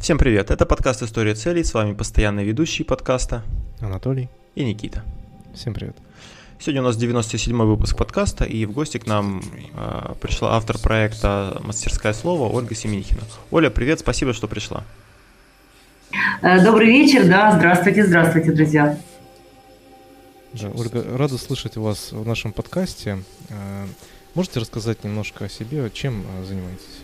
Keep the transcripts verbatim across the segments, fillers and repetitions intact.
Всем привет, это подкаст «История целей», с вами постоянные ведущие подкаста Анатолий и Никита. Всем привет. Сегодня у нас девяносто седьмой выпуск подкаста, и в гости к нам э, пришла автор проекта «Мастерское слово» Ольга Семенихина. Оля, привет, спасибо, что пришла. Добрый вечер, да, здравствуйте, здравствуйте, друзья. Да, Ольга, рада слышать вас в нашем подкасте. Можете рассказать немножко о себе, чем занимаетесь?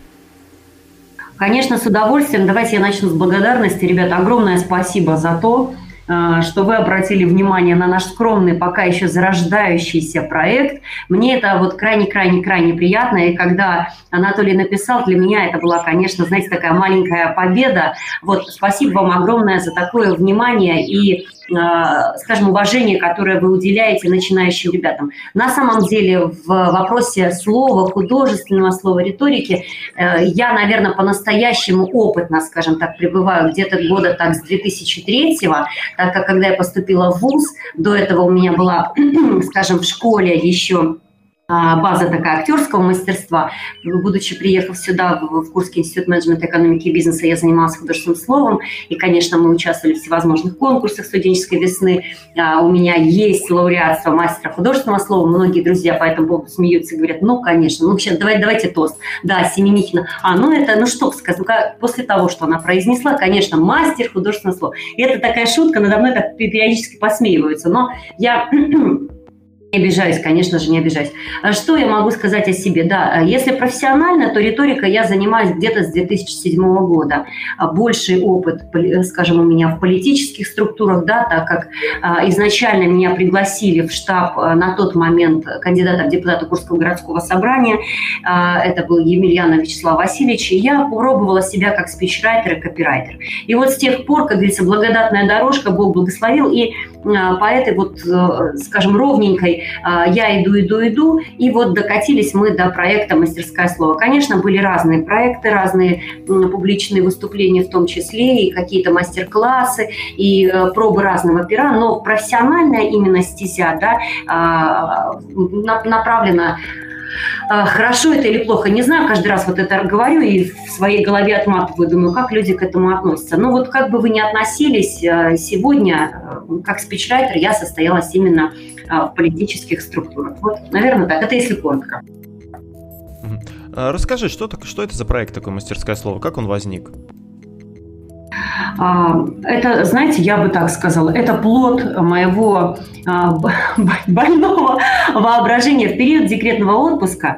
Конечно, с удовольствием. Давайте я начну с благодарности. Ребята, огромное спасибо за то, что вы обратили внимание на наш скромный, пока еще зарождающийся проект. Мне это вот крайне-крайне-крайне приятно. И когда Анатолий написал, для меня это была, конечно, знаете, такая маленькая победа. Вот спасибо вам огромное за такое внимание и, скажем, уважение, которое вы уделяете начинающим ребятам. На самом деле в вопросе слова, художественного слова, риторики, я, наверное, по-настоящему опытно, скажем так, пребываю где-то года так с две тысячи третьего, так как когда я поступила в вуз, до этого у меня была, скажем, в школе еще база такая актерского мастерства. Будучи приехав сюда, в Курский институт менеджмента, экономики и бизнеса, я занималась художественным словом. И, конечно, мы участвовали в всевозможных конкурсах студенческой весны. У меня есть лауреатство мастера художественного слова. Многие друзья по этому поводу смеются и говорят, ну, конечно, ну, сейчас давай, давайте тост. Да, Семенихина. А, ну, это, ну, что сказать, после того, что она произнесла, конечно, мастер художественного слова. И это такая шутка, надо мной так периодически посмеиваются. Но я... Не обижаюсь, конечно же, не обижаюсь. Что я могу сказать о себе? Да, если профессионально, то риторикой я занимаюсь где-то с две тысячи седьмого года. Больший опыт, скажем, у меня в политических структурах, да, так как изначально меня пригласили в штаб на тот момент кандидата в депутаты Курского городского собрания. Это был Емельянов Вячеслав Васильевич. И я попробовала себя как спичрайтер и копирайтер. И вот с тех пор, как говорится, благодатная дорожка, Бог благословил, и по этой вот, скажем, ровненькой я иду, иду, иду, и вот докатились мы до проекта «Мастерское слово». Конечно, были разные проекты, разные публичные выступления в том числе, и какие-то мастер-классы, и пробы разного пера, но профессиональная именно стезя, да, направлена. Хорошо это или плохо, не знаю, каждый раз вот это говорю и в своей голове отматываю, думаю, как люди к этому относятся. Но вот как бы вы ни относились, сегодня как спичрайтер я состоялась именно в политических структурах. Вот, наверное, так. Это если коротко. Расскажи, что, что это за проект такой «Мастерское слово», как он возник? Это, знаете, я бы так сказала, это плод моего больного воображения. В период декретного отпуска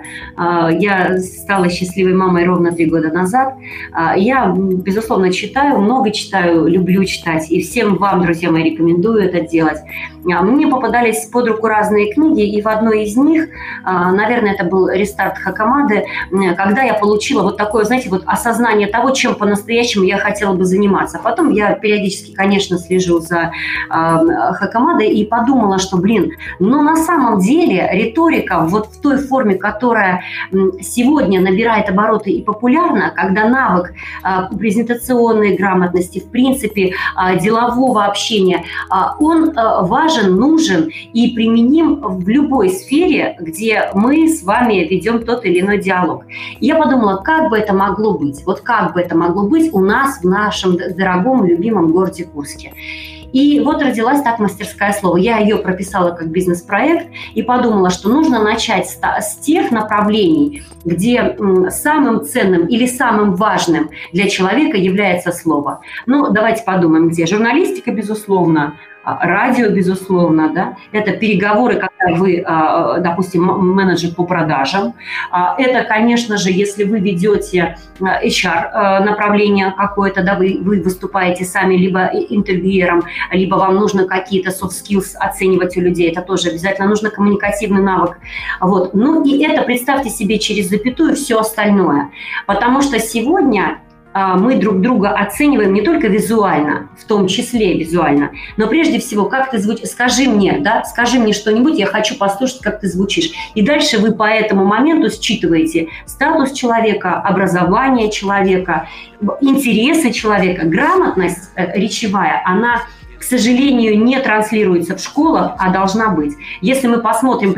я стала счастливой мамой ровно три года назад. Я, безусловно, читаю, много читаю, люблю читать, и всем вам, друзья мои, рекомендую это делать. Мне попадались под руку разные книги, и в одной из них, наверное, это был «Рестарт Хакамады», когда я получила вот такое, знаете, вот осознание того, чем по-настоящему я хотела бы заниматься. Потом я периодически, конечно, слежу за э, Хакамадой и подумала, что, блин, но на самом деле риторика вот в той форме, которая сегодня набирает обороты и популярна, когда навык э, презентационной грамотности, в принципе, э, делового общения, э, он э, важен, нужен и применим в любой сфере, где мы с вами ведем тот или иной диалог. И я подумала, как бы это могло быть, вот как бы это могло быть у нас в нашем дорогом, любимом городе Курске. И вот родилась так «Мастерское слово». Я ее прописала как бизнес-проект и подумала, что нужно начать с, с тех направлений, где м, самым ценным или самым важным для человека является слово. Ну, давайте подумаем, где. Журналистика, безусловно, радио, безусловно, да, это переговоры, когда вы, допустим, менеджер по продажам. Это, конечно же, если вы ведете эйч ар направление какое-то, да, вы, вы выступаете сами либо интервьюером, либо вам нужно какие-то soft skills оценивать у людей, это тоже обязательно нужно коммуникативный навык. Вот. Ну и это, представьте себе, через запятую все остальное, потому что сегодня мы друг друга оцениваем не только визуально, в том числе визуально, но прежде всего, как ты звучишь. Скажи мне, да, скажи мне что-нибудь, я хочу послушать, как ты звучишь. И дальше вы по этому моменту считываете статус человека, образование человека, интересы человека, грамотность речевая, она, к сожалению, не транслируется в школах, а должна быть. Если мы посмотрим примеры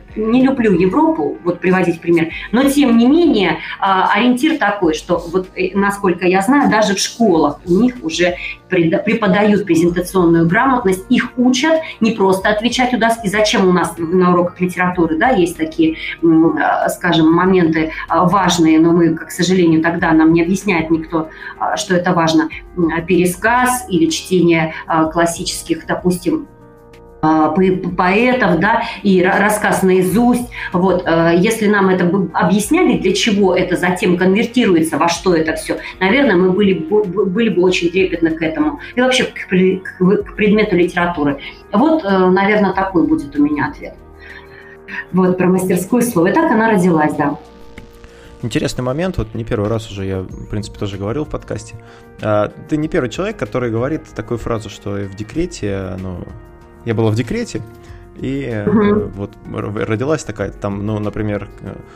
не люблю Европу, вот приводить пример, но тем не менее ориентир такой, что вот насколько я знаю, даже в школах у них уже преподают презентационную грамотность, их учат не просто отвечать у доски. Зачем у нас на уроках литературы, да, есть такие, скажем, моменты важные, но мы, к сожалению, тогда нам не объясняет никто, что это важно. Пересказ или чтение классических, допустим, поэтов, да, и рассказ наизусть. Вот, если нам это объясняли, для чего это затем конвертируется, во что это все, наверное, мы были, были бы очень трепетны к этому. И вообще к, к предмету литературы. Вот, наверное, такой будет у меня ответ. Вот, про мастерскую слова. И так она родилась, да. Интересный момент, вот не первый раз уже я, в принципе, тоже говорил в подкасте. Ты не первый человек, который говорит такую фразу, что в декрете, ну, я была в декрете, и uh-huh. вот родилась такая, там, ну, например,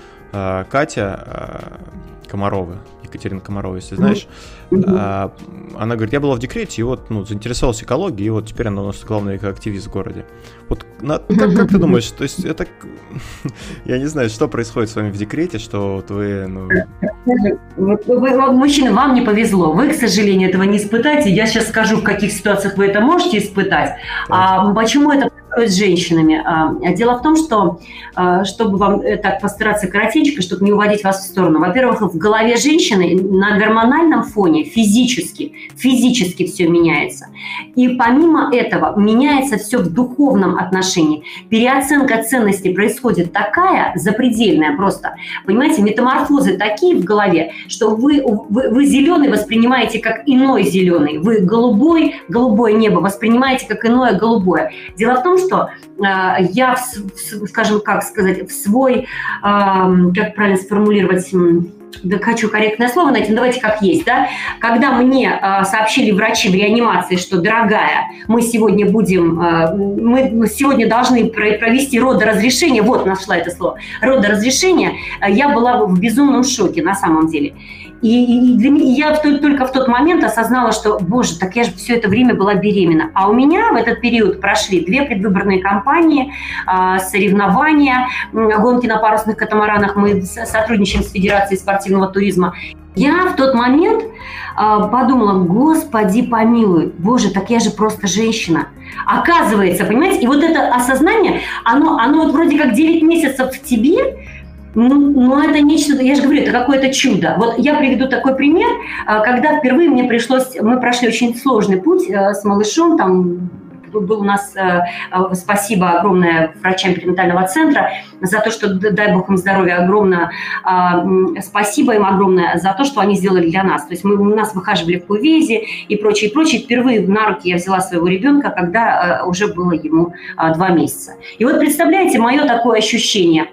Катя Комарова, Екатерина Комарова, если знаешь, uh-huh. она говорит, я была в декрете, и вот, ну, заинтересовалась экологией, и вот теперь она у нас главный экоактивист в городе. Вот на, как, как ты думаешь, то есть это, я не знаю, что происходит с вами в декрете, что вот вы, ну... Вот, вы, вы, мужчины, вам не повезло, вы, к сожалению, этого не испытаете, я сейчас скажу, в каких ситуациях вы это можете испытать, а почему это происходит с женщинами. Дело в том, что, чтобы вам так постараться коротенько, чтобы не уводить вас в сторону, во-первых, в голове женщины на гормональном фоне физически, физически все меняется. И помимо этого меняется все в духовном отношении. Переоценка ценностей происходит такая, запредельная просто. Понимаете, метаморфозы такие в голове, что вы, вы, вы зеленый воспринимаете как иной зеленый, вы голубой, голубое небо воспринимаете как иное голубое. Дело в том, что э, я, в, скажем, как сказать, в свой, э, как правильно сформулировать, да, хочу корректное слово найти, но давайте как есть, да, когда мне э, сообщили врачи в реанимации, что, дорогая, мы сегодня будем, э, мы сегодня должны провести родоразрешение, вот нашла это слово, родоразрешение, э, я была в безумном шоке на самом деле. И, и, для меня, и я в, только в тот момент осознала, что, боже, так я же все это время была беременна. А у меня в этот период прошли две предвыборные кампании, э, соревнования, гонки на парусных катамаранах. Мы сотрудничаем с Федерацией спортивного туризма. Я в тот момент э, подумала, господи помилуй, боже, так я же просто женщина. Оказывается, понимаете, и вот это осознание, оно, оно вот вроде как девять месяцев в тебе. Ну, ну, это нечто, я же говорю, это какое-то чудо. Вот я приведу такой пример, когда впервые мне пришлось, мы прошли очень сложный путь с малышом, там был у нас, спасибо огромное врачам перинатального центра за то, что, дай бог им здоровья, огромное спасибо им огромное за то, что они сделали для нас. То есть мы, у нас выхаживали в кувезе и прочее, прочее. Впервые на руки я взяла своего ребенка, когда уже было ему два месяца. И вот представляете, мое такое ощущение.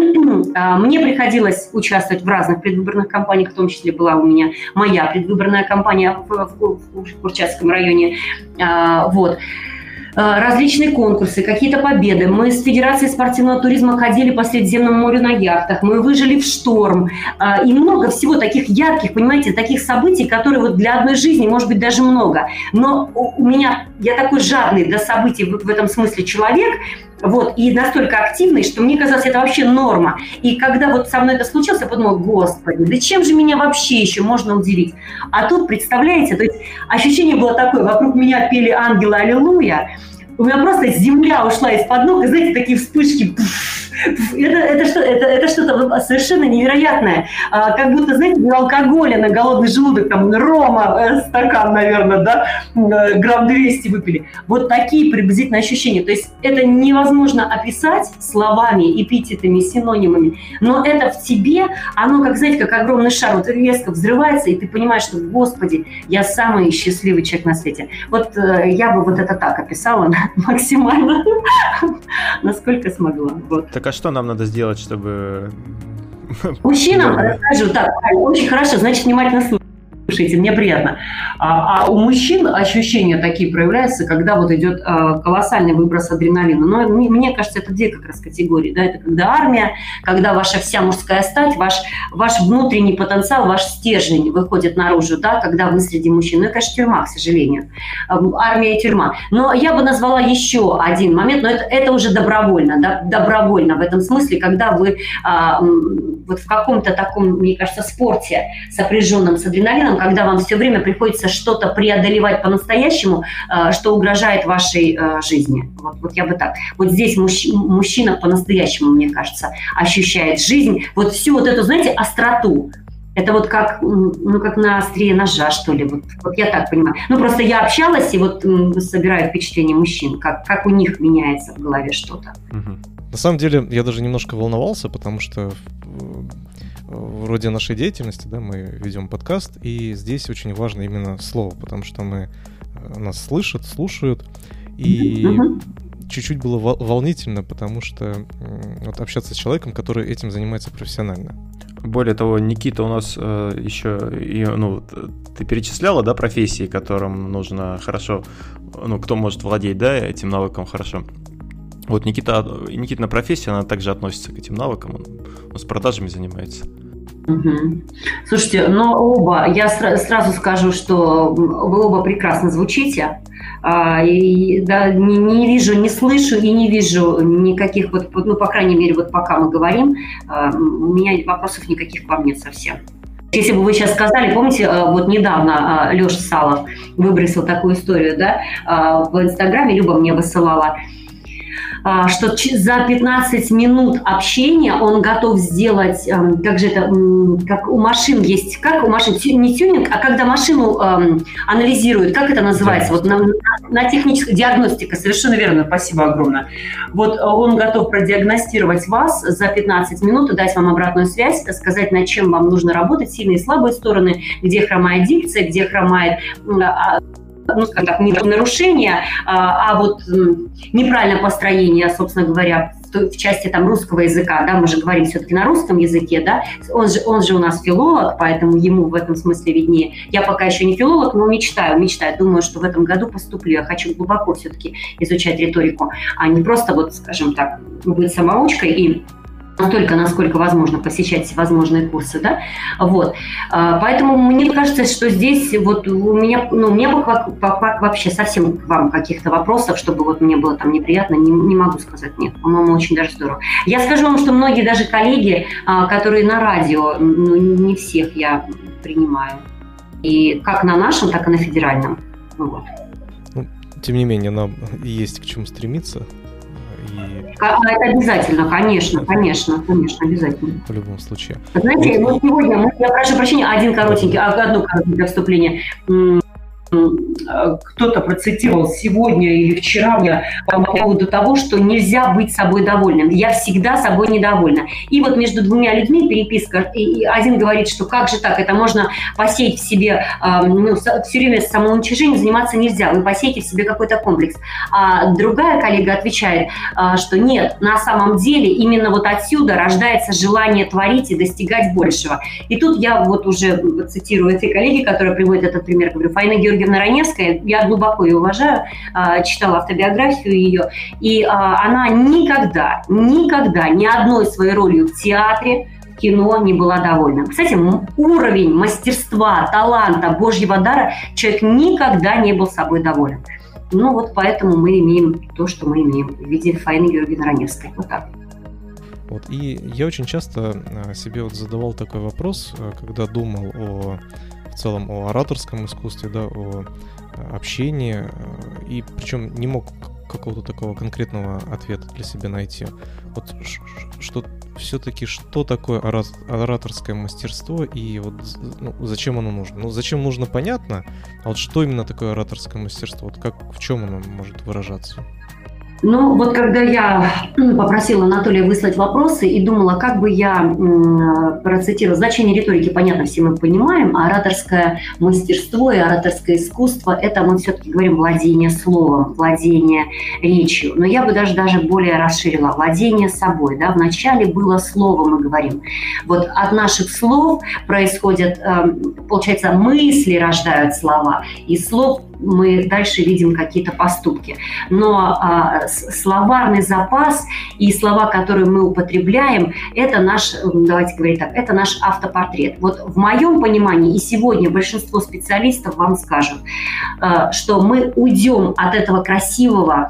Мне приходилось участвовать в разных предвыборных кампаниях, в том числе была у меня моя предвыборная кампания в, в, в Курчатском районе. Вот. Различные конкурсы, какие-то победы. Мы с Федерацией спортивного туризма ходили по Средиземному морю на яхтах, мы выжили в шторм. И много всего таких ярких, понимаете, таких событий, которые вот для одной жизни, может быть, даже много. Но у меня, я такой жадный для событий в этом смысле человек, вот, и настолько активный, что мне казалось, это вообще норма. И когда вот со мной это случилось, я подумала, господи, да чем же меня вообще еще можно удивить? А тут, представляете, то есть ощущение было такое, вокруг меня пели ангелы аллилуйя, у меня просто земля ушла из-под ног, и, знаете, такие вспышки. Это, это, что, это, это что-то совершенно невероятное. А, как будто, знаете, не алкоголя на голодный желудок, там, рома, э, стакан, наверное, да, э, грамм двести выпили. Вот такие приблизительные ощущения. То есть это невозможно описать словами, эпитетами, синонимами, но это в тебе, оно, как, знаете, как огромный шар, вот резко взрывается, и ты понимаешь, что, господи, я самый счастливый человек на свете. Вот э, я бы вот это так описала максимально, насколько смогла. Вот. Так а что нам надо сделать, чтобы... Мужчинам расскажу, так, очень хорошо, значит, внимательно слушайте. слушайте, мне приятно. А, а у мужчин ощущения такие проявляются, когда вот идет а, колоссальный выброс адреналина. Но мне, мне кажется, это две как раз категории. Да? Это когда армия, когда ваша вся мужская стать, ваш, ваш внутренний потенциал, ваш стержень выходит наружу, да? Когда вы среди мужчин. Ну и, конечно, тюрьма, к сожалению. Армия и тюрьма. Но я бы назвала еще один момент, но это, это уже добровольно, да? Добровольно в этом смысле, когда вы а, вот в каком-то таком, мне кажется, спорте, сопряженном с адреналином, когда вам все время приходится что-то преодолевать по-настоящему, что угрожает вашей жизни. Вот, вот я бы так. Вот здесь мужч, мужчина по-настоящему, мне кажется, ощущает жизнь, вот всю вот эту, знаете, остроту. Это вот как, ну, как на острие ножа, что ли. Вот, вот я так понимаю. Ну, просто я общалась и вот собираю впечатления мужчин, как, как у них меняется в голове что-то. Угу. На самом деле, я даже немножко волновался, потому что вроде нашей деятельности, да, мы ведем подкаст, и здесь очень важно именно слово, потому что мы нас слышат, слушают, и uh-huh. чуть-чуть было волнительно, потому что вот общаться с человеком, который этим занимается профессионально. Более того, Никита, у нас э, еще, и, ну, ты перечисляла, да, профессии, которым нужно хорошо, ну, кто может владеть, да, этим навыком хорошо. Вот Никита, Никитина профессия, она также относится к этим навыкам, он, он с продажами занимается. Угу. Слушайте, но оба, я сра- сразу скажу, что вы оба прекрасно звучите. А, и, да, не, не вижу, не слышу и не вижу никаких, вот, ну, по крайней мере, вот пока мы говорим, а, у меня вопросов никаких к вам нет совсем. Если бы вы сейчас сказали, помните, вот недавно Леша Салов выбросил такую историю, да, в Инстаграме, Люба мне высылала, что за пятнадцать минут общения он готов сделать, как же это, как у машин есть, как у машин, не тюнинг, а когда машину анализируют, как это называется, вот на, на технической диагностика, совершенно верно, спасибо огромное. Вот он готов продиагностировать вас за пятнадцать минут и дать вам обратную связь, сказать, над чем вам нужно работать, сильные и слабые стороны, где хромает дикция, где хромает... ну, скажем так, не нарушение, а, а вот неправильное построение, собственно говоря, в, в части там русского языка, да, мы же говорим все-таки на русском языке, да, он же, он же у нас филолог, поэтому ему в этом смысле виднее. Я пока еще не филолог, но мечтаю, мечтаю, думаю, что в этом году поступлю, я хочу глубоко все-таки изучать риторику, а не просто вот, скажем так, быть самоучкой и настолько, насколько возможно, посещать всевозможные курсы, да, вот, поэтому мне кажется, что здесь вот у меня, ну, у меня вообще совсем к вам каких-то вопросов, чтобы вот мне было там неприятно, не, не могу сказать нет, по-моему, очень даже здорово. Я скажу вам, что многие даже коллеги, которые на радио, ну, не всех я принимаю, и как на нашем, так и на федеральном, вот. Ну, тем не менее, нам есть к чему стремиться. И... Это обязательно, конечно, конечно, конечно, обязательно. В любом случае. Знаете, вот сегодня, мы, я прошу прощения, один коротенький, одно коротенькое вступление. Кто-то процитировал сегодня или вчера мне по поводу того, что нельзя быть собой довольным. Я всегда собой недовольна. И вот между двумя людьми переписка, и один говорит, что как же так, это можно посеять в себе, ну, все время самоуничижением заниматься нельзя, вы посеете в себе какой-то комплекс. А другая коллега отвечает, что нет, на самом деле именно вот отсюда рождается желание творить и достигать большего. И тут я вот уже цитирую этой коллеги, которая приводит этот пример, говорю, Фаина Георгиевна Раневская, я глубоко ее уважаю, читала автобиографию ее, и она никогда, никогда ни одной своей ролью в театре, в кино не была довольна. Кстати, уровень мастерства, таланта, божьего дара человек никогда не был собой доволен. Ну вот поэтому мы имеем то, что мы имеем в виде Фаины Георгиевны Раневской. Вот так. Вот, и я очень часто себе вот задавал такой вопрос, когда думал о в целом о ораторском искусстве, да, о общении, и причем не мог какого-то такого конкретного ответа для себя найти. Вот что все-таки что такое ораторское мастерство и вот, ну, зачем оно нужно? Ну, зачем нужно, понятно, а вот что именно такое ораторское мастерство? Вот как, в чем оно может выражаться? Ну, вот когда я попросила Анатолия выслать вопросы и думала, как бы я процитировала, значение риторики, понятно, все мы понимаем, а ораторское мастерство и ораторское искусство – это, мы все-таки говорим, владение словом, владение речью. Но я бы даже, даже более расширила – владение собой. Да? Вначале было слово, мы говорим. Вот от наших слов происходят, получается, мысли рождают слова, и слов мы дальше видим какие-то поступки. Но а, словарный запас и слова, которые мы употребляем, это наш, давайте говорить так, это наш автопортрет. Вот в моем понимании, и сегодня большинство специалистов вам скажут, а, что мы уйдем от этого красивого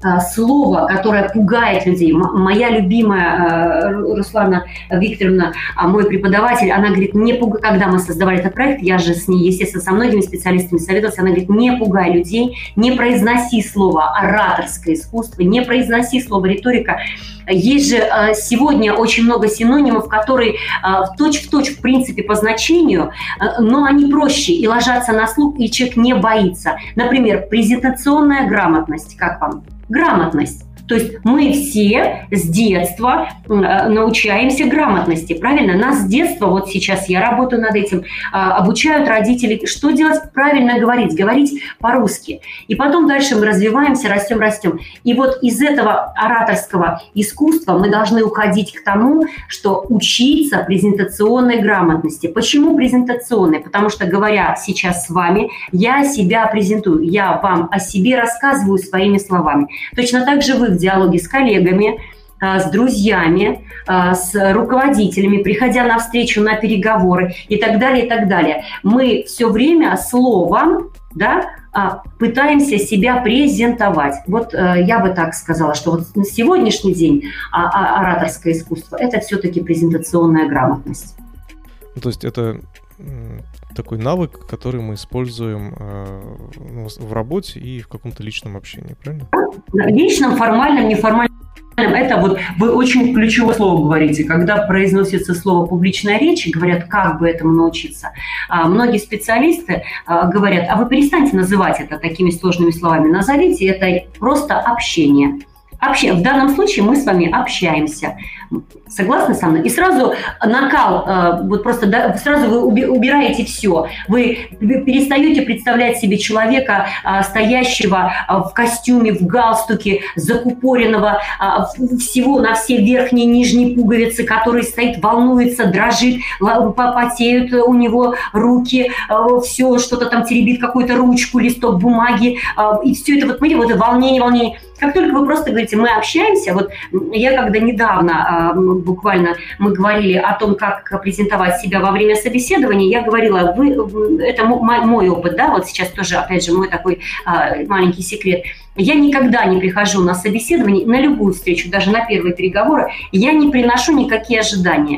слово, которое пугает людей. Моя любимая Руслана Викторовна, мой преподаватель, она говорит, не пугай, когда мы создавали этот проект, я же с ней, естественно, со многими специалистами советовалась, она говорит, не пугай людей, не произноси слово ораторское искусство, не произноси слово риторика. Есть же сегодня очень много синонимов, которые точь-в-точь, в принципе, по значению, но они проще и ложатся на слух, и человек не боится. Например, презентационная грамотность. Как вам? Грамотность. То есть мы все с детства научаемся грамотности, правильно? Нас с детства, вот сейчас я работаю над этим, обучают родители, что делать, правильно говорить, говорить по-русски. И потом дальше мы развиваемся, растем, растем. И вот из этого ораторского искусства мы должны уходить к тому, что учиться презентационной грамотности. Почему презентационной? Потому что, говоря сейчас с вами, я себя презентую, я вам о себе рассказываю своими словами. Точно так же вы в диалоге с коллегами, с друзьями, с руководителями, приходя на встречу, на переговоры и так далее, и так далее. Мы все время словом, да, пытаемся себя презентовать. Вот я бы так сказала, что вот на сегодняшний день ораторское искусство – это все-таки презентационная грамотность. То есть это такой навык, который мы используем э, в работе и в каком-то личном общении, правильно? Личном, формальном, неформальном. Это вот вы очень ключевое слово говорите. Когда произносится слово «публичная речь», говорят, как бы этому научиться. А многие специалисты а, говорят, а вы перестаньте называть это такими сложными словами. Назовите это просто общение. Вообще, в данном случае мы с вами общаемся. Согласны со мной? И сразу накал, вот просто да, сразу вы убираете все. Вы перестаете представлять себе человека, стоящего в костюме, в галстуке, закупоренного всего на все верхние и нижние пуговицы, который стоит, волнуется, дрожит, потеют у него руки, все что-то там теребит, какую-то ручку, листок бумаги. И все это, вот, смотрите, вот это волнение, волнение. Как только вы просто говорите, мы общаемся, вот я когда недавно, буквально мы говорили о том, как презентовать себя во время собеседования, я говорила, вы, это мой опыт, да, вот сейчас тоже, опять же, мой такой маленький секрет. Я никогда не прихожу на собеседование, на любую встречу, даже на первые переговоры, я не приношу никакие ожидания.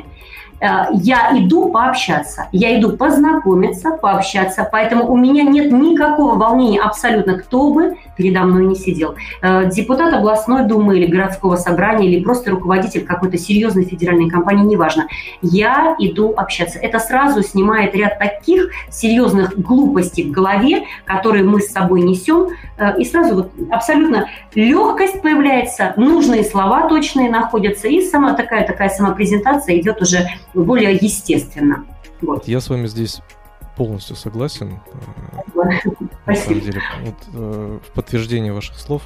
Я иду пообщаться, я иду познакомиться, пообщаться, поэтому у меня нет никакого волнения абсолютно, кто бы передо мной не сидел. Депутат областной думы или городского собрания, или просто руководитель какой-то серьезной федеральной компании, неважно. Я иду общаться. Это сразу снимает ряд таких серьезных глупостей в голове, которые мы с собой несем, и сразу вот абсолютно легкость появляется, нужные слова точные находятся, и сама такая, такая самопрезентация идет уже более естественно. Вот. Я с вами здесь полностью согласен. Спасибо. На самом деле, вот, э, в подтверждение ваших слов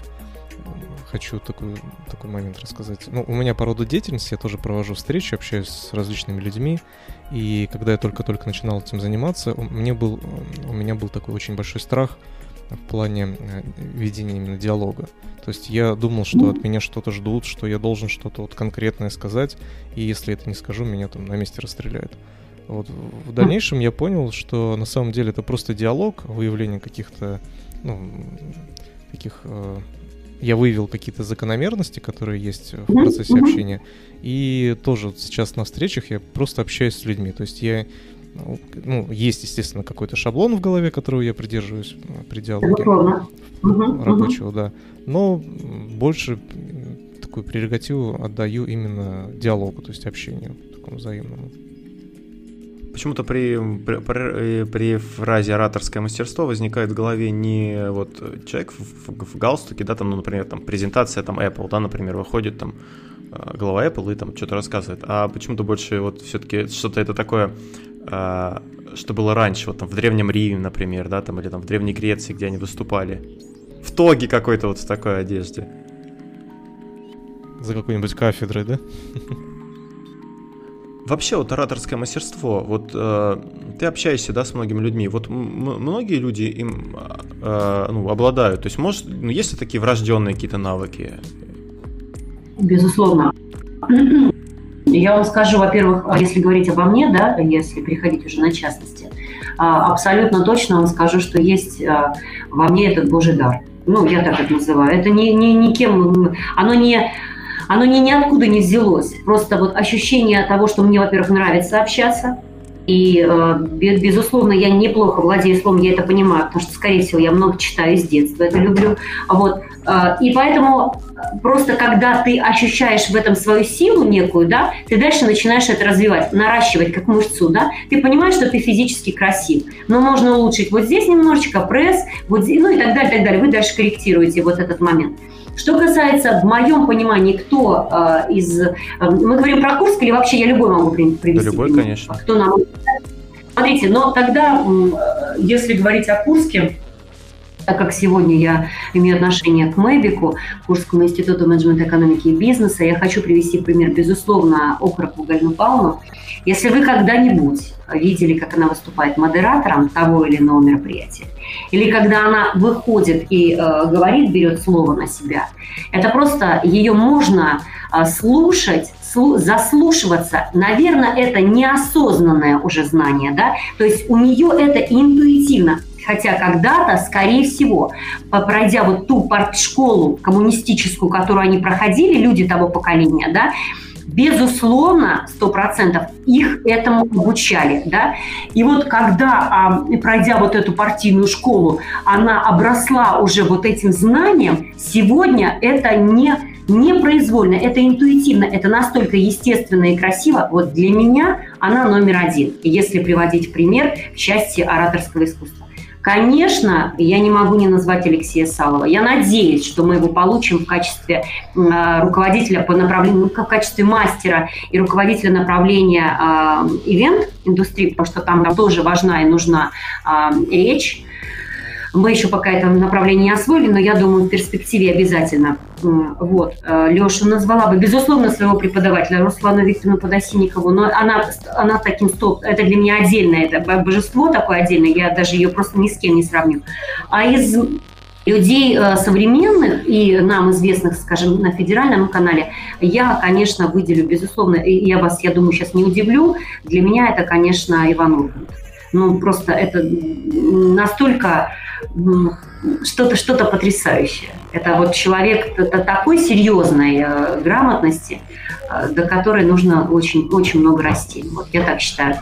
хочу такой, такой момент рассказать. Ну, у меня по роду деятельности, я тоже провожу встречи, общаюсь с различными людьми, и когда я только-только начинал этим заниматься, у меня был, у меня был такой очень большой страх в плане ведения именно диалога. То есть я думал, что от меня что-то ждут, что я должен что-то вот конкретное сказать, и если это не скажу, меня там на месте расстреляют. Вот. В дальнейшем я понял, что на самом деле это просто диалог, выявление каких-то, ну, таких... Э, я выявил какие-то закономерности, которые есть в процессе общения, и тоже сейчас на встречах я просто общаюсь с людьми. То есть я... Ну, есть, естественно, какой-то шаблон в голове, которого я придерживаюсь при диалоге uh-huh. рабочего, uh-huh. да. Но больше такую прерогативу отдаю именно диалогу, то есть общению такому взаимному. почему-то при, при, при фразе «ораторское мастерство» возникает в голове не вот человек в, в, в галстуке, да, там, ну, например, там, презентация там, Apple, да, например, выходит там глава Apple и там что-то рассказывает, а почему-то больше вот все-таки что-то это такое, что было раньше, вот там в Древнем Риме, например, да, там, или там в Древней Греции, где они выступали, в тоге какой-то вот в такой одежде. За какой-нибудь кафедрой, да? Вообще вот ораторское мастерство, вот э, ты общаешься, да, с многими людьми, вот м- многие люди им э, ну, обладают, то есть может, ну, есть ли такие врожденные какие-то навыки? Безусловно. Я вам скажу, во-первых, если говорить обо мне, да, если переходить уже на частности, абсолютно точно вам скажу, что есть во мне этот Божий дар. Ну, я так это называю. Это не, не, никем, оно не... Оно ни, ниоткуда не взялось. Просто вот ощущение того, что мне, во-первых, нравится общаться. И, безусловно, я неплохо владею словом, я это понимаю, потому что, скорее всего, я много читаю с детства, это люблю. Вот. И поэтому просто когда ты ощущаешь в этом свою силу некую, да, ты дальше начинаешь это развивать, наращивать как мышцу, да, ты понимаешь, что ты физически красив, но можно улучшить вот здесь немножечко пресс, вот здесь, ну и так далее, так далее. Вы дальше корректируете вот этот момент. Что касается, в моем понимании, кто э, из... Э, мы говорим про Курск или вообще я любой могу привести? Да, любой, пример, конечно. Кто нам... Смотрите, но тогда, э, если говорить о Курске, так как сегодня я имею отношение к МЭБИКу, Курскому институту менеджмента, экономики и бизнеса, я хочу привести в пример, безусловно, Окропову Галину Павловну. Если вы когда-нибудь видели, как она выступает модератором того или иного мероприятия, или когда она выходит и э, говорит, берет слово на себя, это просто ее можно э, слушать, слу- заслушиваться. Наверное, это неосознанное уже знание, да, то есть у нее это интуитивно. Хотя когда-то, скорее всего, пройдя вот ту партшколу коммунистическую, которую они проходили, люди того поколения, да, безусловно, сто процентов их этому обучали, да. И вот когда, пройдя вот эту партийную школу, она обросла уже вот этим знанием, сегодня это не непроизвольно, это интуитивно, это настолько естественно и красиво. Вот для меня она номер один, если приводить пример в части ораторского искусства. Конечно, я не могу не назвать Алексея Салова. Я надеюсь, что мы его получим в качестве э, руководителя по направлению, в качестве мастера и руководителя направления э, ивент-индустрии, потому что там, там тоже важна и нужна э, речь. Мы еще пока это направление не освоили, но я думаю, в перспективе обязательно. Вот. Леша назвала бы, безусловно, своего преподавателя Руслану Викторовну Подосинникову, но она, она таким столб, это для меня отдельное, это божество такое отдельное, я даже ее просто ни с кем не сравню. А из людей современных и нам известных, скажем, на федеральном канале, я, конечно, выделю, безусловно, и я вас, я думаю, сейчас не удивлю, для меня это, конечно, Иван Ургант. Ну, просто это настолько что-то, что-то потрясающее. Это вот человек это такой серьезной э, грамотности, э, до которой нужно очень, очень много расти. Вот я так считаю.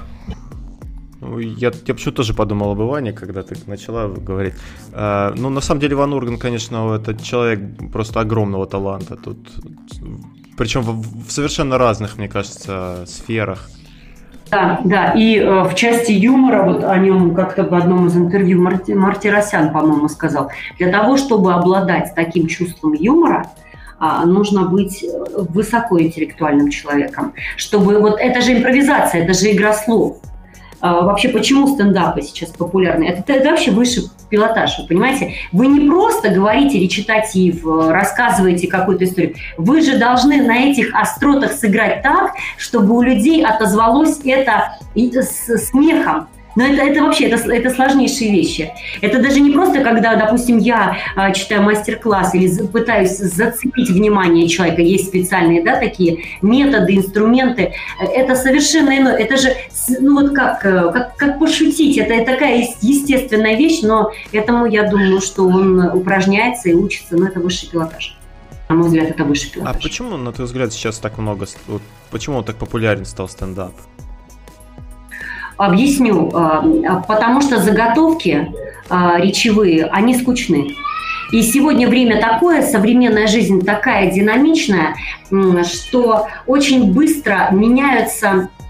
Я, я почему-то тоже подумал об Иване, когда ты начала говорить. А, ну, на самом деле, Иван Ургант, конечно, это человек просто огромного таланта. Тут, причем в, в совершенно разных, мне кажется, сферах. Да, да, и э, в части юмора, вот о нем как-то в одном из интервью Марти, Мартиросян, по-моему, сказал, для того, чтобы обладать таким чувством юмора, э, нужно быть высокоинтеллектуальным человеком, чтобы вот это же импровизация, это же игра слов. А, вообще, почему стендапы сейчас популярны? Это, это вообще высший пилотаж, вы понимаете? Вы не просто говорите речитатив, рассказываете какую-то историю. Вы же должны на этих остротах сыграть так, чтобы у людей отозвалось это с смехом. Но это, это вообще это, это сложнейшие вещи. Это даже не просто, когда, допустим, я а, читаю мастер-класс или пытаюсь зацепить внимание человека, есть специальные, да, такие методы, инструменты. Это совершенно иное. Это же, ну вот как, как, как пошутить, это, это такая естественная вещь, но этому, я думаю, что он упражняется и учится, но это высший пилотаж. На мой взгляд, это высший пилотаж. А почему, на твой взгляд, сейчас так много, вот, почему он так популярен стал стендап? Объясню. Потому что заготовки речевые, они скучны. И сегодня время такое, современная жизнь такая динамичная, что очень быстро меняются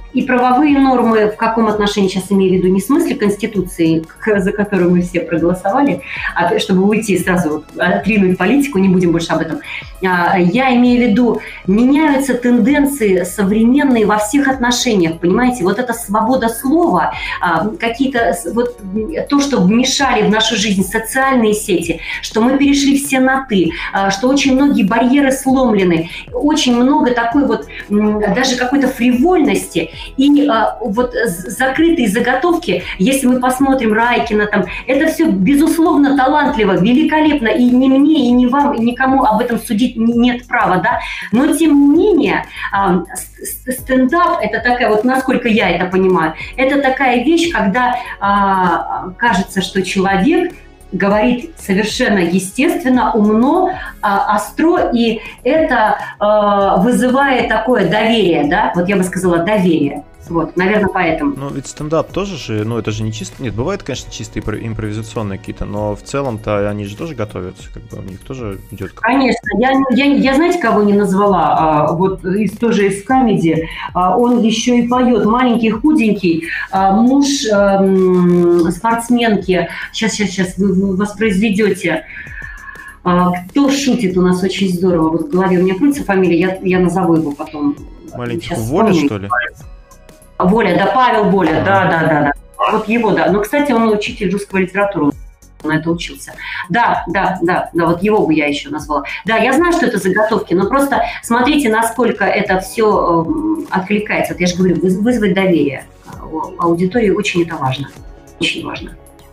и правовые нормы, в каком отношении сейчас имею в виду, не в смысле Конституции, за которую мы все проголосовали, а чтобы уйти сразу, вот, отринуть политику, не будем больше об этом. Я имею в виду, меняются тенденции современные во всех отношениях, понимаете? Вот эта свобода слова, какие-то, вот то, что вмешали в нашу жизнь социальные сети, что мы перешли все на «ты», что очень многие барьеры сломлены, очень много такой вот даже какой-то фривольности. И а, вот закрытые заготовки, если мы посмотрим Райкина, там, это все, безусловно, талантливо, великолепно, и ни мне, и ни вам, и никому об этом судить нет права, да, но тем не менее а, стендап, это такая, вот насколько я это понимаю, это такая вещь, когда а, кажется, что человек говорит совершенно естественно, умно, а, остро, и это а, вызывает такое доверие, да, вот я бы сказала, доверие. Вот, наверное, поэтому. Ну, ведь стендап тоже же, ну, это же не чисто... Нет, бывает, конечно, чисто импровизационные какие-то, но в целом-то они же тоже готовятся, как бы у них тоже идет... Конечно. Я, я, я знаете, кого не назвала? А, вот из, тоже из комедии. А, он еще и поет. Маленький, худенький, а, муж а, спортсменки. Сейчас, сейчас, сейчас вы воспроизведете. А, кто шутит у нас очень здорово? Вот в голове у меня крутится фамилия, я, я назову его потом. Маленький Воля, что ли? Воля, да, Павел Воля, да, да, да, да. Вот его, да. Но, кстати, он учитель русского литературы, он на это учился. Да, да, да, да, вот его бы я еще назвала. Да, я знаю, что это заготовки, но просто смотрите, насколько это все э, откликается. Вот я же говорю, вызвать доверие. Аудитории очень это важно. Очень важно.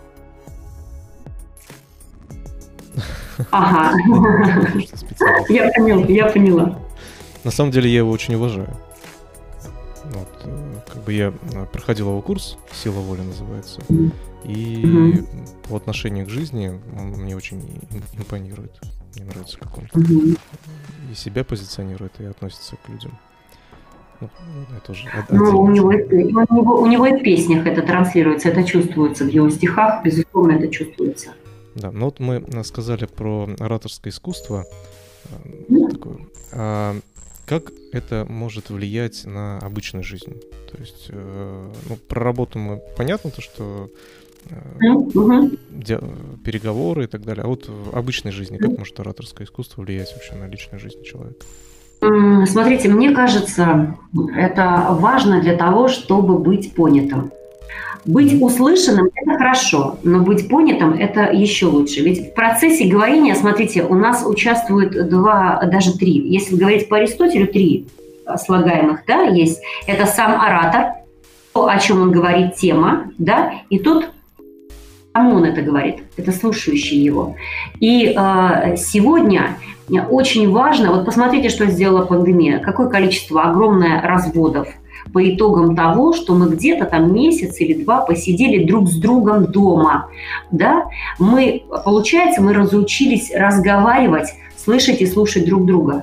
Ага. Я поняла, я поняла. На самом деле я его очень уважаю. Вот, как бы я проходил его курс «Сила воли» называется, и mm-hmm. по отношению к жизни он мне очень импонирует. Мне нравится, как он mm-hmm. и себя позиционирует, и относится к людям. Ну, это тоже ну, у, него, у, него, у него и в песнях это транслируется, это чувствуется, в его стихах, безусловно, это чувствуется. Да, ну вот мы сказали про ораторское искусство. Mm-hmm. Такое, а как это может влиять на обычную жизнь? То есть, э, ну, про работу мы понятно, то, что э, mm-hmm. де, переговоры и так далее. А вот в обычной жизни как может ораторское искусство влиять вообще на личную жизнь человека? Смотрите, мне кажется, это важно для того, чтобы быть понятым. Быть услышанным – это хорошо, но быть понятым – это еще лучше. Ведь в процессе говорения, смотрите, у нас участвуют два, даже три. Если говорить по Аристотелю, три слагаемых, да, есть. Это сам оратор, то, о чем он говорит, тема, да, и тот, кому он это говорит, это слушающий его. И э, сегодня очень важно, вот посмотрите, что сделала пандемия, какое количество огромное разводов по итогам того, что мы где-то там месяц или два посидели друг с другом дома, да, мы, получается, мы разучились разговаривать, слышать и слушать друг друга.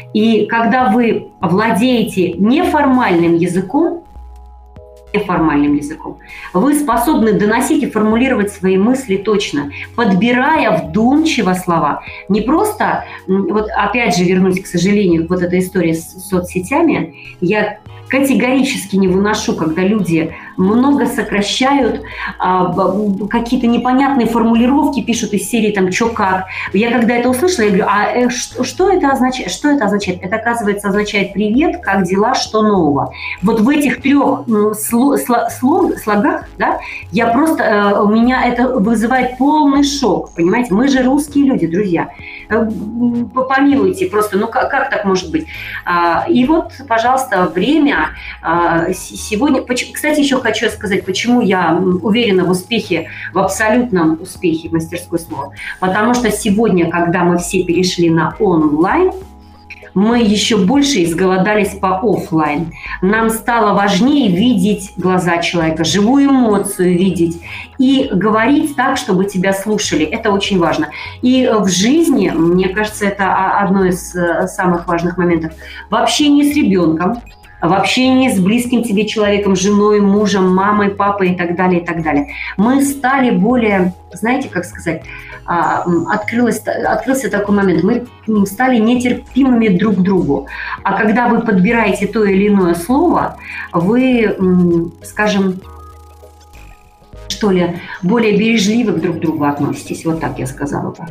И когда вы владеете неформальным языком, неформальным языком, вы способны доносить и формулировать свои мысли точно, подбирая вдумчиво слова. Не просто, вот опять же вернусь, к сожалению, к вот этой истории с соцсетями, я категорически не выношу, когда люди много сокращают, а, какие-то непонятные формулировки пишут из серии там «чё как». Я когда это услышала, я говорю, а э, что, что это означает? Что это означает? Это, оказывается, означает «привет, как дела, что нового?». Вот в этих трех сло, сло, сло, слогах, да, я просто, э, у меня это вызывает полный шок, понимаете? Мы же русские люди, друзья. Помилуйте просто, ну как, как так может быть? А, и вот, пожалуйста, время. Сегодня, кстати, еще хочу сказать, почему я уверена в успехе, в абсолютном успехе мастерской слова. Потому что сегодня, когда мы все перешли на онлайн, мы еще больше изголодались по офлайн. Нам стало важнее видеть глаза человека, живую эмоцию видеть и говорить так, чтобы тебя слушали. Это очень важно. И в жизни, мне кажется, это одно из самых важных моментов. В общении с ребенком, в общении с близким тебе человеком, женой, мужем, мамой, папой и так далее, и так далее. Мы стали более, знаете, как сказать, открылось, открылся такой момент, мы стали нетерпимыми друг к другу. А когда вы подбираете то или иное слово, вы, скажем, что ли, более бережливо друг к другу относитесь. Вот так я сказала бы.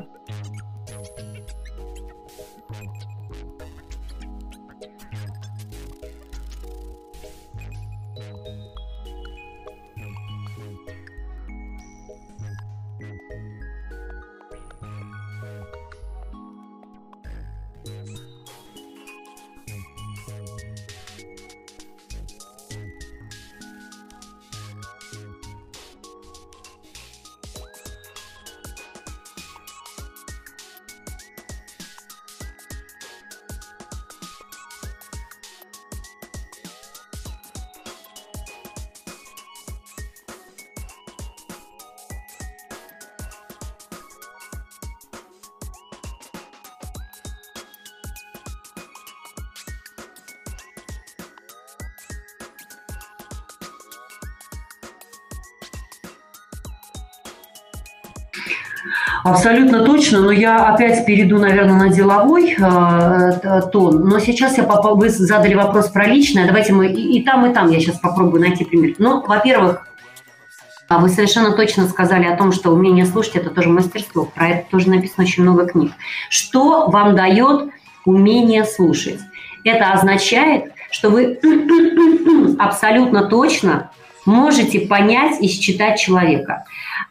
Абсолютно точно, но я опять перейду, наверное, на деловой э, тон. Но сейчас я попал, вы задали вопрос про личное. Давайте мы и, и там, и там я сейчас попробую найти пример. Ну, во-первых, вы совершенно точно сказали о том, что умение слушать – это тоже мастерство. Про это тоже написано очень много книг. Что вам дает умение слушать? Это означает, что вы абсолютно точно можете понять и считать человека.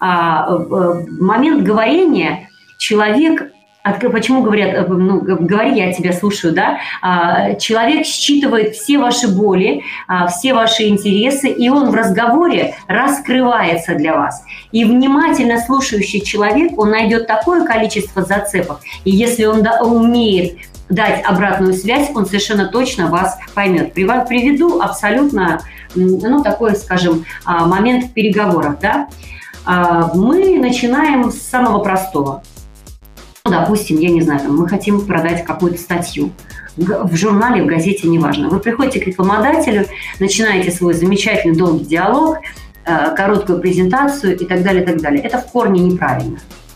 В момент говорения человек, почему говорят, ну, говори, я тебя слушаю, да, человек считывает все ваши боли, все ваши интересы, и он в разговоре раскрывается для вас. И внимательно слушающий человек, он найдет такое количество зацепок, и если он умеет дать обратную связь, он совершенно точно вас поймет. Приведу абсолютно, ну, такой, скажем, момент в переговорах, да. Мы начинаем с самого простого. Ну, допустим, я не знаю, там, мы хотим продать какую-то статью в журнале, в газете, неважно. Вы приходите к рекламодателю, начинаете свой замечательный долгий диалог, короткую презентацию и так далее, и так далее. Это в корне неправильно.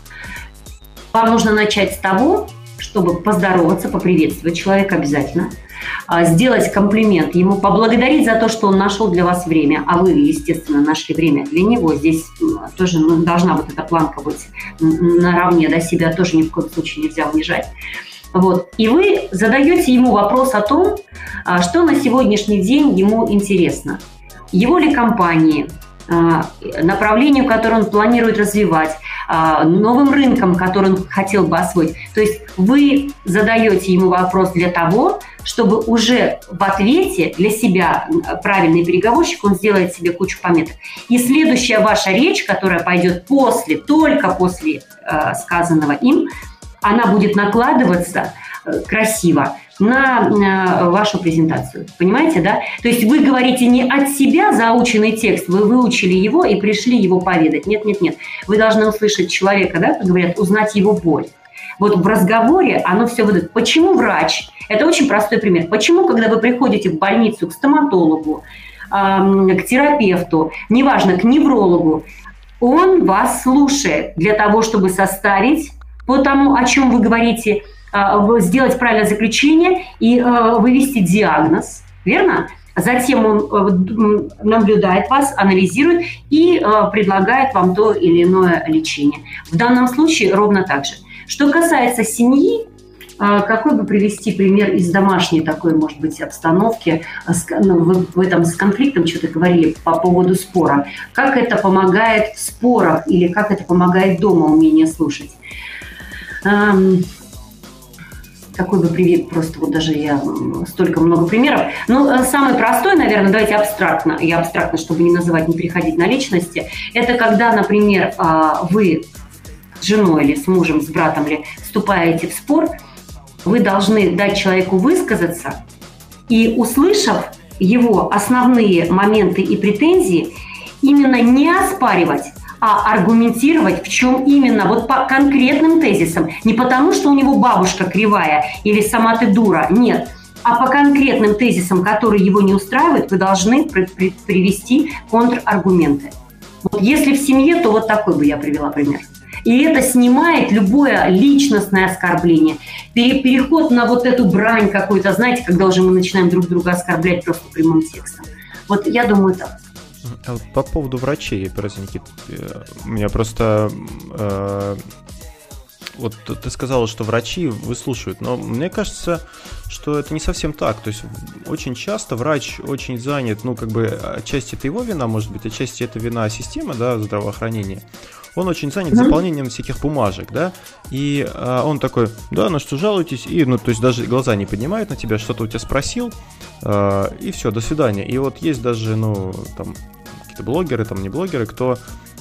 Вам нужно начать с того, чтобы поздороваться, поприветствовать человека обязательно, сделать комплимент ему, поблагодарить за то, что он нашел для вас время, а вы, естественно, нашли время для него. Здесь тоже, ну, должна вот эта планка быть наравне, да, себя тоже ни в коем случае нельзя унижать. Вот. И вы задаете ему вопрос о том, что на сегодняшний день ему интересно. Его ли компании, направлению, которое он планирует развивать, новым рынком, который он хотел бы освоить. То есть вы задаете ему вопрос для того, чтобы уже в ответе для себя правильный переговорщик, он сделает себе кучу пометок. И следующая ваша речь, которая пойдет после, только после э, сказанного им, она будет накладываться э, красиво на э, вашу презентацию. Понимаете, да? То есть вы говорите не от себя заученный текст, вы выучили его и пришли его поведать. Нет, нет, нет. Вы должны услышать человека, да, как говорят, узнать его боль. Вот в разговоре оно все выдает. Почему врач? Это очень простой пример. Почему, когда вы приходите в больницу к стоматологу, э, к терапевту, неважно, к неврологу, он вас слушает для того, чтобы составить по тому, о чем вы говорите, сделать правильное заключение и вывести диагноз, верно? Затем он наблюдает вас, анализирует и предлагает вам то или иное лечение. В данном случае ровно так же. Что касается семьи, какой бы привести пример из домашней такой, может быть, обстановки, вы в этом с конфликтом что-то говорили по поводу спора. Как это помогает в спорах или как это помогает дома умение слушать? Какой бы привет, просто вот даже я столько много примеров. Ну, самый простой, наверное, давайте абстрактно, я абстрактно, чтобы не называть, не переходить на личности, это когда, например, вы с женой или с мужем, с братом ли вступаете в спор, вы должны дать человеку высказаться и, услышав его основные моменты и претензии, именно не оспаривать, а аргументировать, в чем именно, вот по конкретным тезисам. Не потому, что у него бабушка кривая или сама ты дура, нет. а по конкретным тезисам, которые его не устраивают, вы должны при- при- привести контраргументы. Вот если в семье, то вот такой бы я привела пример. И это снимает любое личностное оскорбление. Переход на вот эту брань какую-то, знаете, когда уже мы начинаем друг друга оскорблять просто прямым текстом. Вот я думаю так. А вот по поводу врачей, просто, Никит, у меня просто... Э, вот ты сказала, что врачи выслушивают, но мне кажется, что это не совсем так. То есть очень часто врач очень занят, ну, как бы, отчасти это его вина, может быть, отчасти это вина системы, да, здравоохранения. Он очень занят mm-hmm. заполнением всяких бумажек, да, и а, он такой, да, на что жалуетесь, и, ну, то есть даже глаза не поднимает на тебя, что-то у тебя спросил, а, и все, до свидания. И вот есть даже, ну, там, какие-то блогеры, там, не блогеры, кто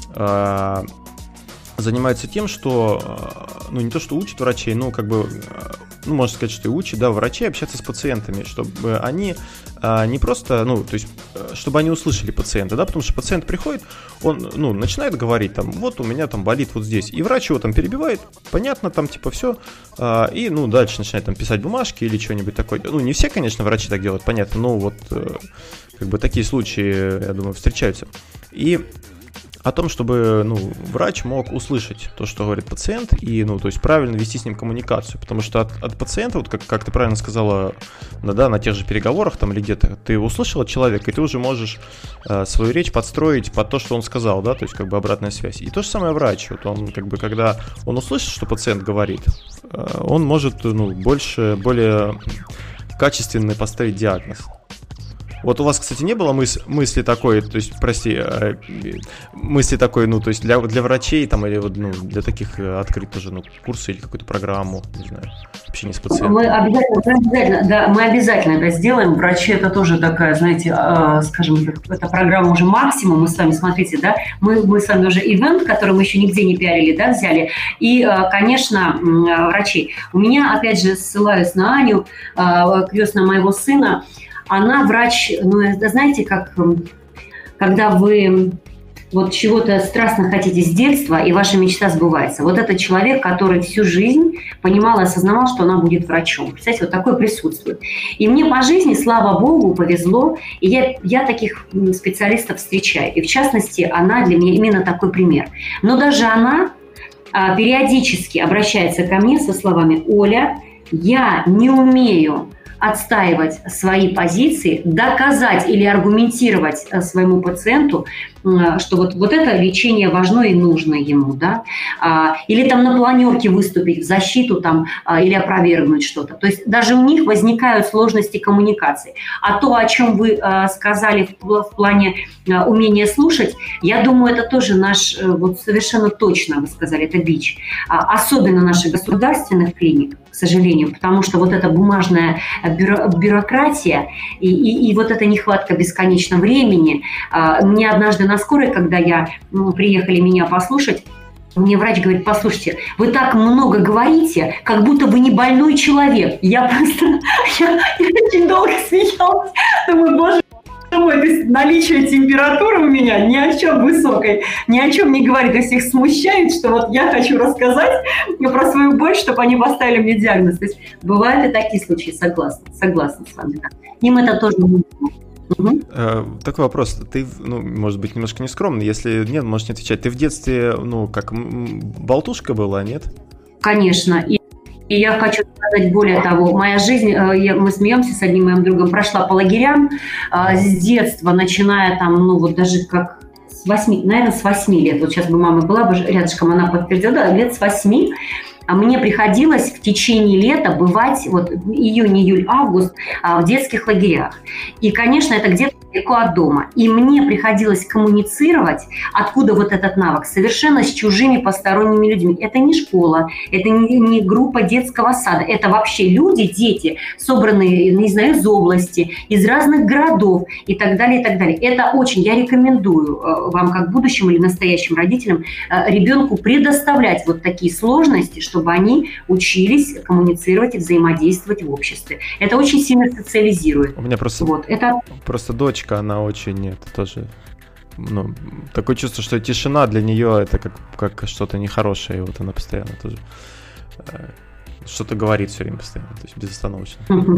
а, занимается тем, что, ну, не то, что учат врачей, ну, как бы, ну, можно сказать, что и учат, да, врачей общаться с пациентами, чтобы они а, не просто, ну, то есть, чтобы они услышали пациента, да, потому что пациент приходит, он, ну, начинает говорить, там, вот у меня там болит вот здесь, и врач его там перебивает, понятно, там, типа, все, а, и, ну, дальше начинает там писать бумажки или что-нибудь такое, ну, не все, конечно, врачи так делают, понятно, но вот, как бы, такие случаи, я думаю, встречаются, и о том, чтобы, ну, врач мог услышать то, что говорит пациент, и, ну, то есть правильно вести с ним коммуникацию, потому что от, от пациента, вот как, как ты правильно сказала, да, на тех же переговорах там или где-то, ты услышал от человека, и ты уже можешь э, свою речь подстроить под то, что он сказал, да, то есть как бы обратная связь. И то же самое врач, вот он как бы, когда он услышит, что пациент говорит, э, он может, ну, больше, более качественно поставить диагноз. Вот у вас, кстати, не было мыс- мысли такой, то есть, прости, э, мысли такой, ну, то есть для, для врачей там или вот, ну, для таких э, открыть тоже, ну, курсы или какую-то программу, не знаю, общение с пациентом? Мы обязательно, мы обязательно, да, мы обязательно это сделаем. Врачи это тоже такая, знаете, э, скажем, это программа уже максимум. Мы с вами, смотрите, да, мы, мы с вами уже ивент, который мы еще нигде не пиарили, да, взяли. И, э, конечно, э, врачи. У меня, опять же, ссылаюсь на Аню, э, крестную моего сына. Она врач, ну, это знаете, как когда вы вот чего-то страстно хотите с детства, и ваша мечта сбывается. Вот это человек, который всю жизнь понимал и осознавал, что она будет врачом. Представляете, вот такое присутствует. И мне по жизни, слава богу, повезло, и я, я таких специалистов встречаю. И в частности, она для меня именно такой пример. Но даже она а, периодически обращается ко мне со словами: «Оля, я не умею отстаивать свои позиции, доказать или аргументировать своему пациенту, что вот, вот это лечение важно и нужно ему, да, или там на планерке выступить в защиту там, или опровергнуть что-то. То есть даже у них возникают сложности коммуникации. А то, о чем вы сказали в плане умения слушать, я думаю, это тоже наш, вот совершенно точно вы сказали, это бич. Особенно наших государственных клиник, к сожалению, потому что вот эта бумажная бюро, бюрократия и, и, и вот эта нехватка бесконечно времени. Мне однажды на скорой, когда я, ну, приехали меня послушать, мне врач говорит: послушайте, вы так много говорите, как будто вы не больной человек. Я просто, я, я очень долго смеялась. Думаю, боже мой, то есть наличие температуры у меня ни о чем высокой, ни о чем не говорит. То есть их смущает, что вот я хочу рассказать про свою боль, чтобы они поставили мне диагноз. То есть бывают и такие случаи, согласна, согласна с вами. Им это тоже нужно. Угу. Такой вопрос. Ты, ну, может быть, немножко нескромный. Если нет, можешь не отвечать. Ты в детстве, ну, как болтушка была, нет? Конечно. И, и я хочу сказать более того. Моя жизнь, я, мы смеемся с одним моим другом, прошла по лагерям с детства, начиная там, ну, вот даже как с восьми, наверное, с восьми лет. Вот сейчас бы мама была бы рядышком, она подтвердила, да, лет с восьми. А мне приходилось в течение лета бывать, вот июнь, июль, август, в детских лагерях. И, конечно, это где-то далеко от дома. И мне приходилось коммуницировать, откуда вот этот навык, совершенно с чужими посторонними людьми. Это не школа, это не, не группа детского сада, это вообще люди, дети, собранные, не знаю, из области, из разных городов и так далее, и так далее. Это очень, я рекомендую вам, как будущим или настоящим родителям, ребенку предоставлять вот такие сложности, чтобы они учились коммуницировать и взаимодействовать в обществе. Это очень сильно социализирует. У меня просто, вот, это... просто дочка, она очень, это тоже, ну, такое чувство, что тишина для нее это как, как что-то нехорошее, и вот она постоянно тоже что-то говорит все время постоянно, то есть безостановочно.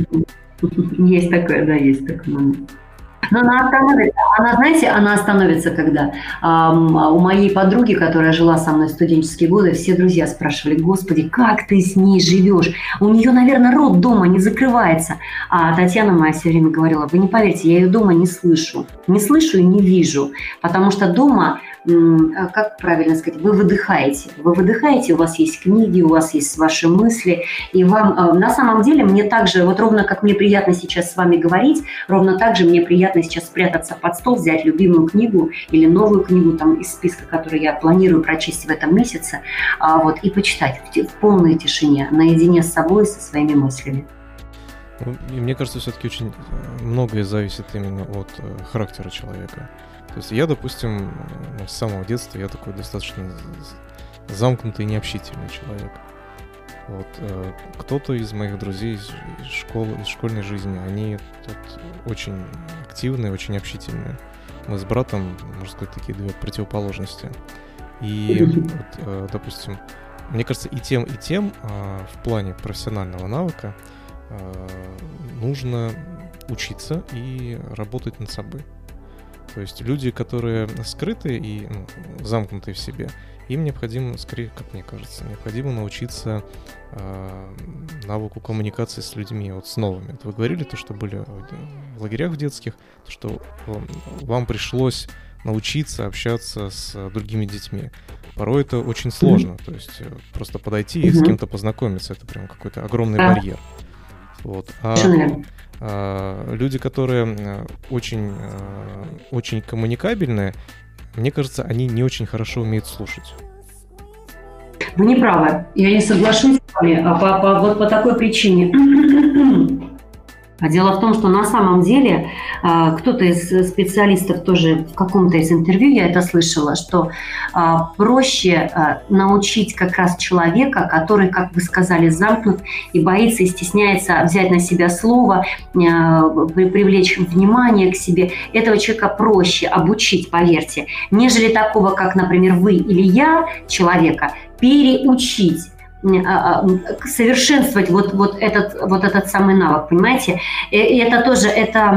Есть такое, да, есть такое. Но она остановится, она, знаете, она остановится, когда эм, у моей подруги, которая жила со мной в студенческие годы, все друзья спрашивали: Господи, как ты с ней живешь? У нее, наверное, рот дома не закрывается. А Татьяна моя все время говорила: вы не поверите, я ее дома не слышу. Не слышу и не вижу, потому что дома, м, как правильно сказать, вы выдыхаете. Вы выдыхаете, у вас есть книги, у вас есть ваши мысли, и вам, э, на самом деле, мне также, вот ровно как мне приятно сейчас с вами говорить, ровно так же мне приятно сейчас спрятаться под стол, взять любимую книгу или новую книгу там из списка, который я планирую прочесть в этом месяце, а, вот, и почитать в, в полной тишине, наедине с собой, со своими мыслями. И мне кажется, все-таки очень многое зависит именно от э, характера человека. То есть я, допустим, с самого детства я такой достаточно замкнутый и необщительный человек. Вот, э, кто-то из моих друзей из, из школы, из школьной жизни, они тут очень активные, очень общительные. Мы с братом, можно сказать, такие две противоположности. И вот, э, допустим, мне кажется, и тем, и тем э, в плане профессионального навыка э, нужно учиться и работать над собой. То есть люди, которые скрыты и ну, замкнуты в себе, им необходимо, скорее, как мне кажется, необходимо научиться э, навыку коммуникации с людьми, вот с новыми. Вот вы говорили то, что были в лагерях детских, то, что вам пришлось научиться общаться с другими детьми. Порой это очень сложно, mm-hmm. то есть просто подойти и mm-hmm. с кем-то познакомиться, это прям какой-то огромный yeah. барьер. Вот. А, а люди, которые очень, очень коммуникабельные, мне кажется, они не очень хорошо умеют слушать. Вы не правы. Я не соглашусь с вами по, по, вот по такой причине. Дело в том, что на самом деле кто-то из специалистов тоже в каком-то из интервью, я это слышала, что проще научить как раз человека, который, как вы сказали, замкнут и боится и стесняется взять на себя слово, привлечь внимание к себе. Этого человека проще обучить, поверьте, нежели такого, как, например, вы или я, человека, переучить, совершенствовать вот, вот, этот, вот этот самый навык, понимаете? И это тоже, это,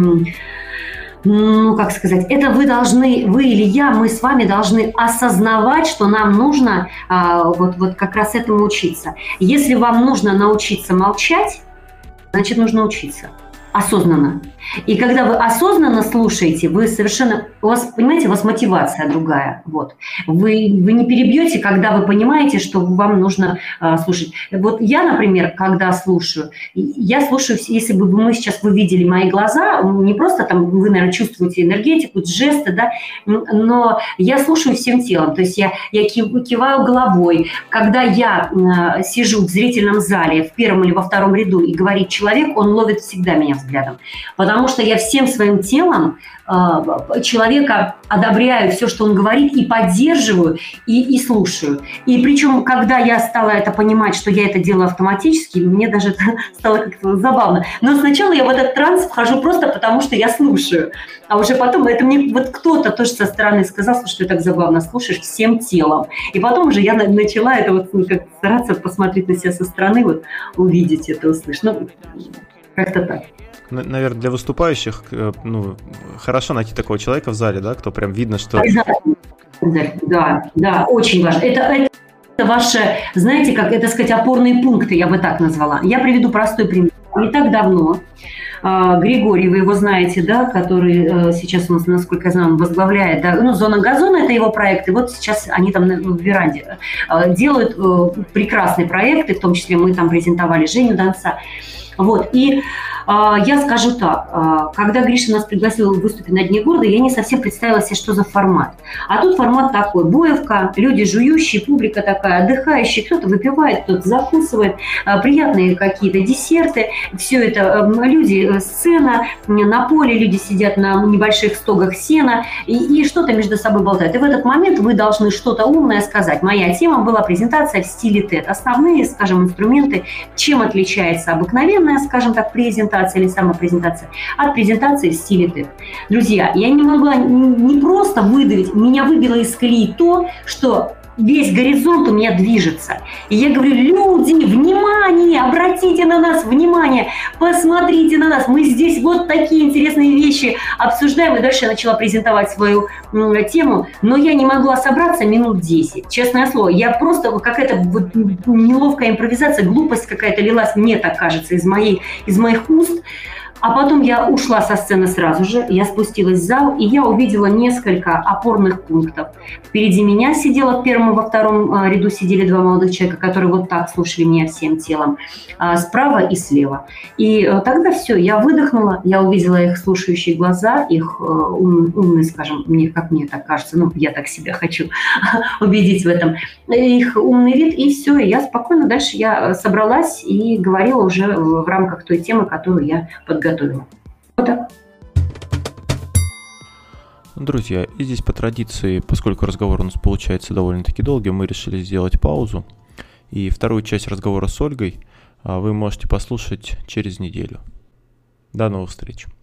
ну, как сказать, это вы должны, вы или я, мы с вами должны осознавать, что нам нужно вот, вот как раз этому учиться. Если вам нужно научиться молчать, значит, нужно учиться осознанно. И когда вы осознанно слушаете, вы совершенно, у вас, понимаете, у вас мотивация другая. Вот. Вы, вы не перебьете, когда вы понимаете, что вам нужно э, слушать. Вот я, например, когда слушаю, я слушаю, если бы мы сейчас вы видели мои глаза, не просто там вы, наверное, чувствуете энергетику, жесты, да, но я слушаю всем телом. То есть я, я киваю головой. Когда я э, сижу в зрительном зале в первом или во втором ряду и говорит человек, он ловит всегда меня взглядом. Потому что я всем своим телом э, человека одобряю все, что он говорит, и поддерживаю, и, и слушаю. И причем, когда я стала это понимать, что я это делаю автоматически, мне даже это стало как-то забавно. Но сначала я в этот транс вхожу просто потому, что я слушаю. А уже потом, это мне вот кто-то тоже со стороны сказал, что ты так забавно слушаешь всем телом. И потом уже я начала это вот ну, как стараться посмотреть на себя со стороны, вот увидеть это, услышать. Ну, как-то так. Наверное, для выступающих ну, хорошо найти такого человека в зале, да, кто прям видно, что... Да, да, очень важно. Это, это ваши, знаете, как это сказать, опорные пункты, я бы так назвала. Я приведу простой пример. Не так давно Григорий, вы его знаете, да, который сейчас у нас, насколько я знаю, возглавляет, да, ну, «Зона газона» – это его проект, и вот сейчас они там в веранде делают прекрасные проекты, в том числе мы там презентовали Женю Донца. Вот, и э, я скажу так, э, когда Гриша нас пригласил выступить на Дне города, я не совсем представила себе, что за формат. А тут формат такой, боевка, люди жующие, публика такая отдыхающая, кто-то выпивает, кто-то закусывает, э, приятные какие-то десерты, все это, э, люди, э, сцена, на поле люди сидят на небольших стогах сена и, и что-то между собой болтают. И в этот момент вы должны что-то умное сказать. Моя тема была презентация в стиле тед. Основные, скажем, инструменты, чем отличается обыкновенная, скажем так, презентация или самопрезентация от презентации в стиле тед. Друзья, я не могла не просто выдавить, меня выбило из колеи то, что весь горизонт у меня движется. И я говорю: люди, внимание, обратите на нас внимание, посмотрите на нас, мы здесь вот такие интересные вещи обсуждаем. И дальше я начала презентовать свою м, тему, но я не могла собраться минут десять, честное слово. Я просто, какая-то вот неловкая импровизация, глупость какая-то лилась, мне так кажется, из, моей, из моих уст. А потом я ушла со сцены сразу же, я спустилась в зал, и я увидела несколько опорных пунктов. Впереди меня сидела в первом и во втором ряду сидели два молодых человека, которые вот так слушали меня всем телом, справа и слева. И тогда все, я выдохнула, я увидела их слушающие глаза, их ум, умные, скажем, мне, как мне так кажется, ну, я так себя хочу убедить в этом, их умный вид, и все, и я спокойно дальше я собралась и говорила уже в рамках той темы, которую я подготовила. Вот так. Друзья, и здесь по традиции, поскольку разговор у нас получается довольно-таки долгий, мы решили сделать паузу. И вторую часть разговора с Ольгой вы можете послушать через неделю. До новых встреч.